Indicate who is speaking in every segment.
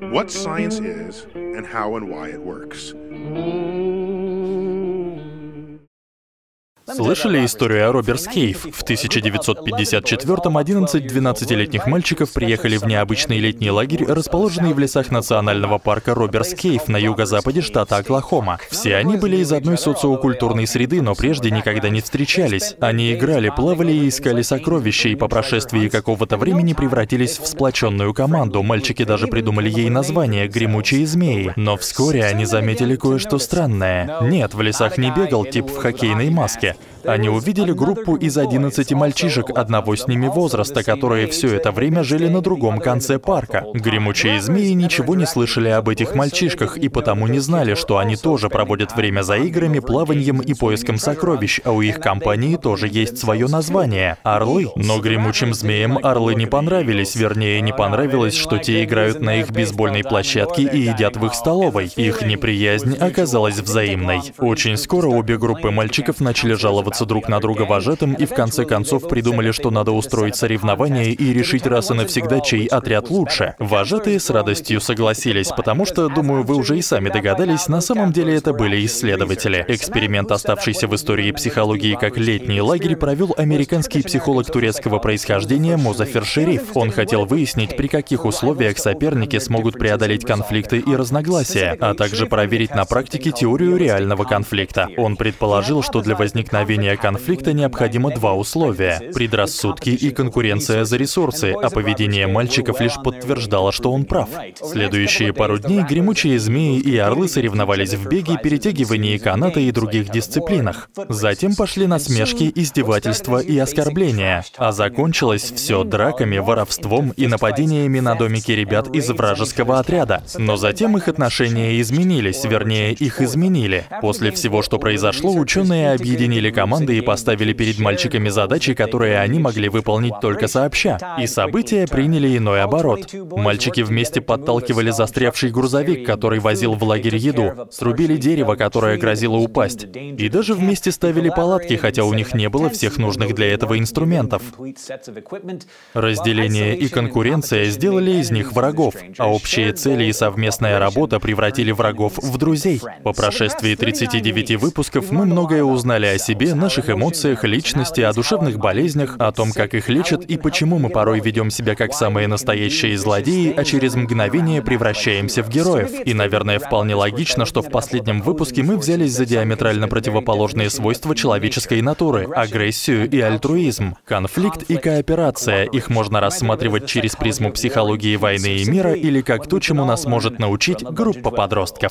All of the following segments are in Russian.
Speaker 1: what science is and how and why it works.
Speaker 2: Слышали историю о Роберс Кейв? В 1954-м 11 12-летних мальчиков приехали в необычный летний лагерь, расположенный в лесах национального парка Роберс Кейв на юго-западе штата Оклахома. Все они были из одной социокультурной среды, но прежде никогда не встречались. Они играли, плавали и искали сокровища, и по прошествии какого-то времени превратились в сплоченную команду. Мальчики даже придумали ей название «Гремучие змеи». Но вскоре они заметили кое-что странное. Нет, в лесах не бегал тип в хоккейной маске. Они увидели группу из 11 мальчишек одного с ними возраста, которые все это время жили на другом конце парка. Гремучие змеи ничего не слышали об этих мальчишках и потому не знали, что они тоже проводят время за играми, плаванием и поиском сокровищ, а у их компании тоже есть свое название — орлы. Но гремучим змеям орлы не понравились, вернее, не понравилось, что те играют на их бейсбольной площадке и едят в их столовой. Их неприязнь оказалась взаимной. Очень скоро обе группы мальчиков начали жаловаться друг на друга вожатым и в конце концов придумали, что надо устроить соревнование и решить раз и навсегда, чей отряд лучше. Вожатые с радостью согласились, потому что, думаю, вы уже и сами догадались, на самом деле это были исследователи. Эксперимент, оставшийся в истории психологии как летний лагерь, провел американский психолог турецкого происхождения Музаффер Шериф. Он хотел выяснить, при каких условиях соперники смогут преодолеть конфликты и разногласия, а также проверить на практике теорию реального конфликта. Он предположил, что для возникновения конфликта необходимо два условия — предрассудки и конкуренция за ресурсы, а поведение мальчиков лишь подтверждало, что он прав. Следующие пару дней гремучие змеи и орлы соревновались в беге, перетягивании каната и других дисциплинах. Затем пошли насмешки, издевательства и оскорбления, а закончилось все драками, воровством и нападениями на домики ребят из вражеского отряда. Но затем их отношения изменились, вернее, их изменили. После всего, что произошло, ученые объединили команды и поставили перед мальчиками задачи, которые они могли выполнить только сообща. И события приняли иной оборот. Мальчики вместе подталкивали застрявший грузовик, который возил в лагерь еду, срубили дерево, которое грозило упасть, и даже вместе ставили палатки, хотя у них не было всех нужных для этого инструментов. Разделение и конкуренция сделали из них врагов, а общие цели и совместная работа превратили врагов в друзей. По прошествии 39 выпусков мы многое узнали о себе, наших эмоциях, личности, о душевных болезнях, о том, как их лечат и почему мы порой ведем себя как самые настоящие злодеи, а через мгновение превращаемся в героев. И, наверное, вполне логично, что в последнем выпуске мы взялись за диаметрально противоположные свойства человеческой натуры — агрессию и альтруизм, конфликт и кооперация. Их можно рассматривать через призму психологии войны и мира или как то, чему нас может научить группа подростков.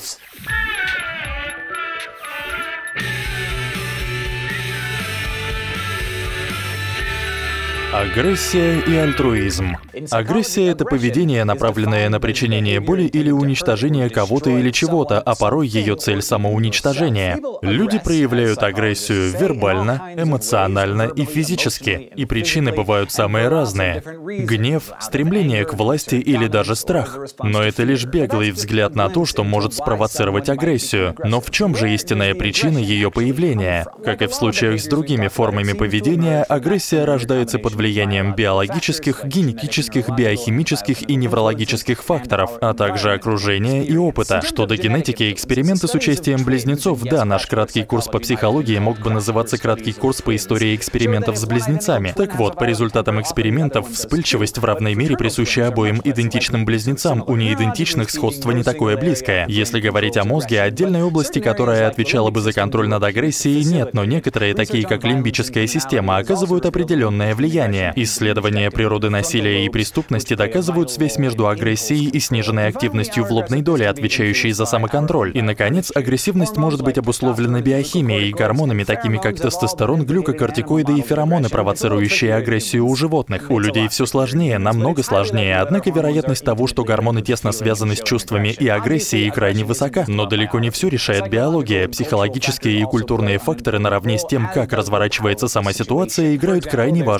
Speaker 2: Агрессия и альтруизм. Агрессия — это поведение, направленное на причинение боли или уничтожение кого-то или чего-то, а порой ее цель — самоуничтожение. Люди проявляют агрессию вербально, эмоционально и физически, и причины бывают самые разные. Гнев, стремление к власти или даже страх. Но это лишь беглый взгляд на то, что может спровоцировать агрессию. Но в чем же истинная причина ее появления? Как и в случаях с другими формами поведения, агрессия рождается под влиянием биологических, генетических, биохимических и неврологических факторов, а также окружения и опыта. Что до генетики, эксперименты с участием близнецов, да, наш краткий курс по психологии мог бы называться краткий курс по истории экспериментов с близнецами. Так вот, по результатам экспериментов, вспыльчивость в равной мере присуща обоим идентичным близнецам, у неидентичных сходство не такое близкое. Если говорить о мозге, отдельной области, которая отвечала бы за контроль над агрессией, нет, но некоторые, такие как лимбическая система, оказывают определенное влияние. Исследования природы насилия и преступности доказывают связь между агрессией и сниженной активностью в лобной доле, отвечающей за самоконтроль. И, наконец, агрессивность может быть обусловлена биохимией и гормонами, такими как тестостерон, глюкокортикоиды и феромоны, провоцирующие агрессию у животных. У людей все сложнее, намного сложнее, однако вероятность того, что гормоны тесно связаны с чувствами и агрессией, крайне высока. Но далеко не все решает биология. Психологические и культурные факторы наравне с тем, как разворачивается сама ситуация, играют крайне важную роль.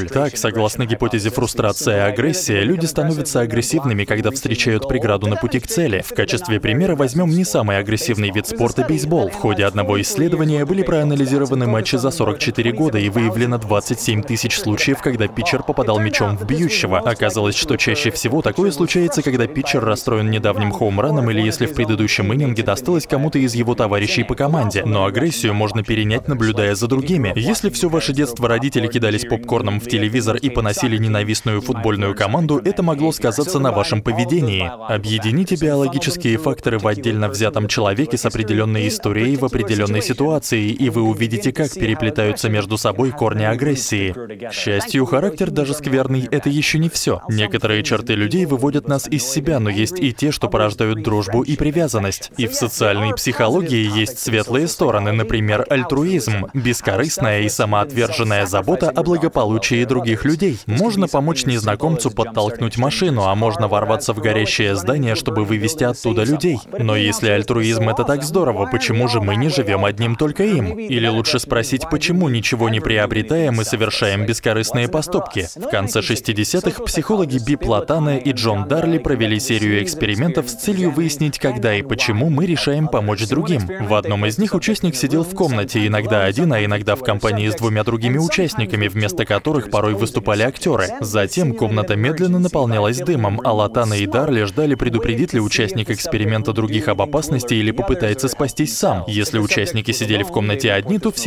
Speaker 2: роль. Так, согласно гипотезе фрустрация и агрессия, люди становятся агрессивными, когда встречают преграду на пути к цели. В качестве примера возьмем не самый агрессивный вид спорта — бейсбол. В ходе одного исследования были проанализированы матчи за 44 года и выявлено 27 тысяч случаев, когда питчер попадал мячом в бьющего. Оказалось, что чаще всего такое случается, когда питчер расстроен недавним хоумраном или если в предыдущем иннинге досталось кому-то из его товарищей по команде. Но агрессию можно перенять, наблюдая за другими. Если все ваше детство родители кидались попкорном в телевизор и поносили ненавистную футбольную команду, это могло сказаться на вашем поведении. Объедините биологические факторы в отдельно взятом человеке с определенной историей в определенной ситуации, и вы увидите, как переплетаются между собой корни агрессии. К счастью, характер, даже скверный, это еще не все. Некоторые черты людей выводят нас из себя, но есть и те, что порождают дружбу и привязанность. И в социальной психологии есть светлые стороны, например, альтруизм, бескорыстная и самоотверженная забота о благополучии других людей. Можно помочь незнакомцу подтолкнуть машину, а можно ворваться в горящее здание, чтобы вывести оттуда людей. Но если альтруизм — это так здорово, почему же мы не живем одним только им? Или лучше спросить, почему ничего не приобретаем и совершаем бескорыстные поступки? В конце 60-х психологи Би Платана и Джон Дарли провели серию экспериментов с целью выяснить, когда и почему мы решаем помочь другим. В одном из них участник сидел в комнате, иногда один, а иногда в компании с двумя другими участниками, вместо которых порой выступали актеры. Затем комната медленно наполнялась дымом, а Латана и Дарли ждали, предупредит ли участник эксперимента других об опасности или попытается спастись сам. Если участники сидели в комнате одни, то в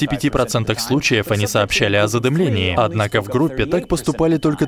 Speaker 2: 75% случаев они сообщали о задымлении. Однако в группе так поступали только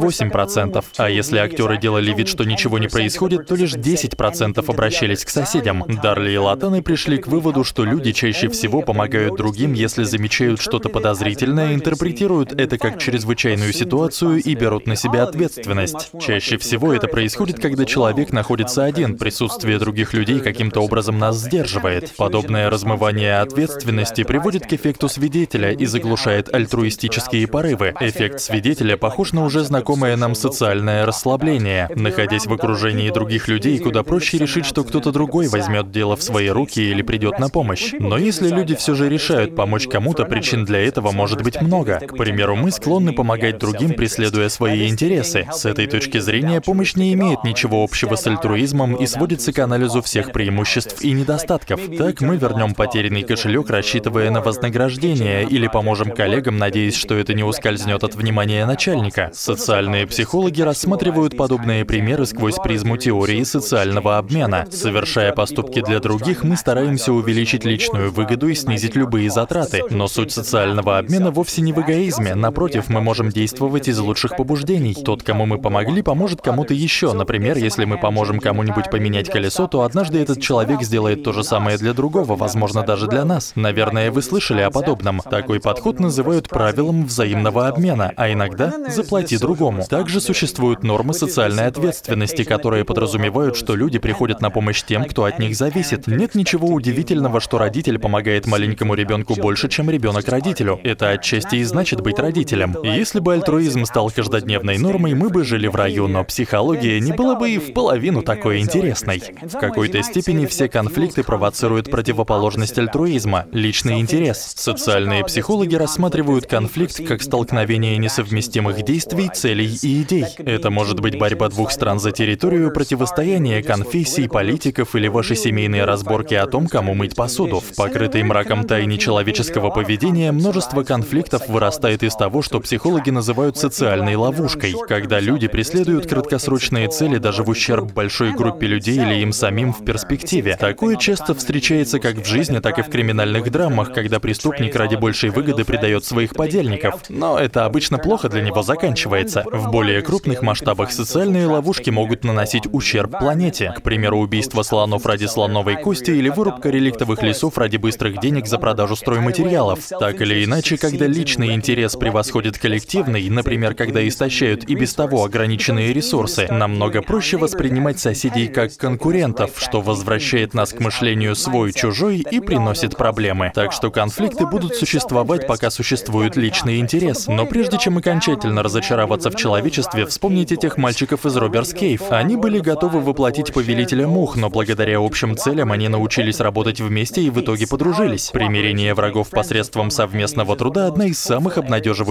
Speaker 2: 38%. А если актеры делали вид, что ничего не происходит, то лишь 10% обращались к соседям. Дарли и Латана пришли к выводу, что люди чаще всего помогают другим, если замечают что-то подозрительное, интерпретируют это как чрезвычайную ситуацию и берут на себя ответственность. Чаще всего это происходит, когда человек находится один, присутствие других людей каким-то образом нас сдерживает. Подобное размывание ответственности приводит к эффекту свидетеля и заглушает альтруистические порывы. Эффект свидетеля похож на уже знакомое нам социальное расслабление. Находясь в окружении других людей, куда проще решить, что кто-то другой возьмет дело в свои руки или придет на помощь. Но если люди все же решают помочь кому-то, причин для этого может быть много. К примеру, мы склонны помогать другим, преследуя свои интересы. С этой точки зрения, помощь не имеет ничего общего с альтруизмом и сводится к анализу всех преимуществ и недостатков. Так мы вернем потерянный кошелек, рассчитывая на вознаграждение, или поможем коллегам, надеясь, что это не ускользнет от внимания начальника. Социальные психологи рассматривают подобные примеры сквозь призму теории социального обмена. Совершая поступки для других, мы стараемся увеличить личную выгоду и снизить любые затраты. Но суть социального обмена вовсе не в эгоизме. Напротив, мы можем действовать из лучших побуждений. Тот, кому мы помогли, поможет кому-то еще. Например, если мы поможем кому-нибудь поменять колесо, то однажды этот человек сделает то же самое для другого, возможно, даже для нас. Наверное, вы слышали о подобном. Такой подход называют правилом взаимного обмена, а иногда «заплати другому». Также существуют нормы социальной ответственности, которые подразумевают, что люди приходят на помощь тем, кто от них зависит. Нет ничего удивительного, что родитель помогает маленькому ребенку больше, чем ребенок родителю. Это отчасти и значит быть родителем. Если бы альтруизм стал каждодневной нормой, мы бы жили в раю, но психология не была бы и в половину такой интересной. В какой-то степени все конфликты провоцируют противоположность альтруизма — личный интерес. Социальные психологи рассматривают конфликт как столкновение несовместимых действий, целей и идей. Это может быть борьба двух стран за территорию, противостояние конфессий, политиков или ваши семейные разборки о том, кому мыть посуду. В покрытой мраком тайне человеческого поведения множество конфликтов вырастает из того, что психологи называют социальной ловушкой, когда люди преследуют краткосрочные цели даже в ущерб большой группе людей или им самим в перспективе. Такое часто встречается как в жизни, так и в криминальных драмах, когда преступник ради большей выгоды предает своих подельников. Но это обычно плохо для него заканчивается. В более крупных масштабах социальные ловушки могут наносить ущерб планете. К примеру, убийство слонов ради слоновой кости или вырубка реликтовых лесов ради быстрых денег за продажу стройматериалов. Так или иначе, когда личный интерес превосходит коллективный, например, когда истощают и без того ограниченные ресурсы, намного проще воспринимать соседей как конкурентов, что возвращает нас к мышлению свой-чужой и приносит проблемы. Так что конфликты будут существовать, пока существует личный интерес. Но прежде чем окончательно разочароваться в человечестве, вспомните тех мальчиков из Роберс Кейв. Они были готовы воплотить повелителя мух, но благодаря общим целям они научились работать вместе и в итоге подружились. Примирение врагов посредством совместного труда — одна из самых обнадеживающих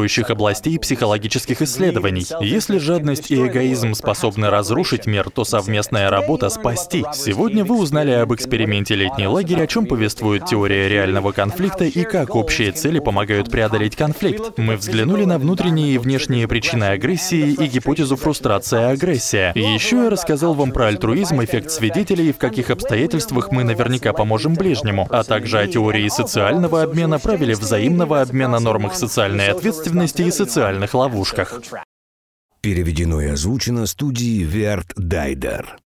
Speaker 2: захватывающих областей психологических исследований. Если жадность и эгоизм способны разрушить мир, то совместная работа — спасти. Сегодня вы узнали об эксперименте «Летний лагерь», о чем повествует теория реального конфликта и как общие цели помогают преодолеть конфликт. Мы взглянули на внутренние и внешние причины агрессии и гипотезу фрустрация-агрессия. И еще я рассказал вам про альтруизм, эффект свидетелей и в каких обстоятельствах мы наверняка поможем ближнему, а также о теории социального обмена, правиле взаимного обмена, нормах социальной ответственности и социальных ловушках.
Speaker 3: Переведено и озвучено студией Верт Дайдер.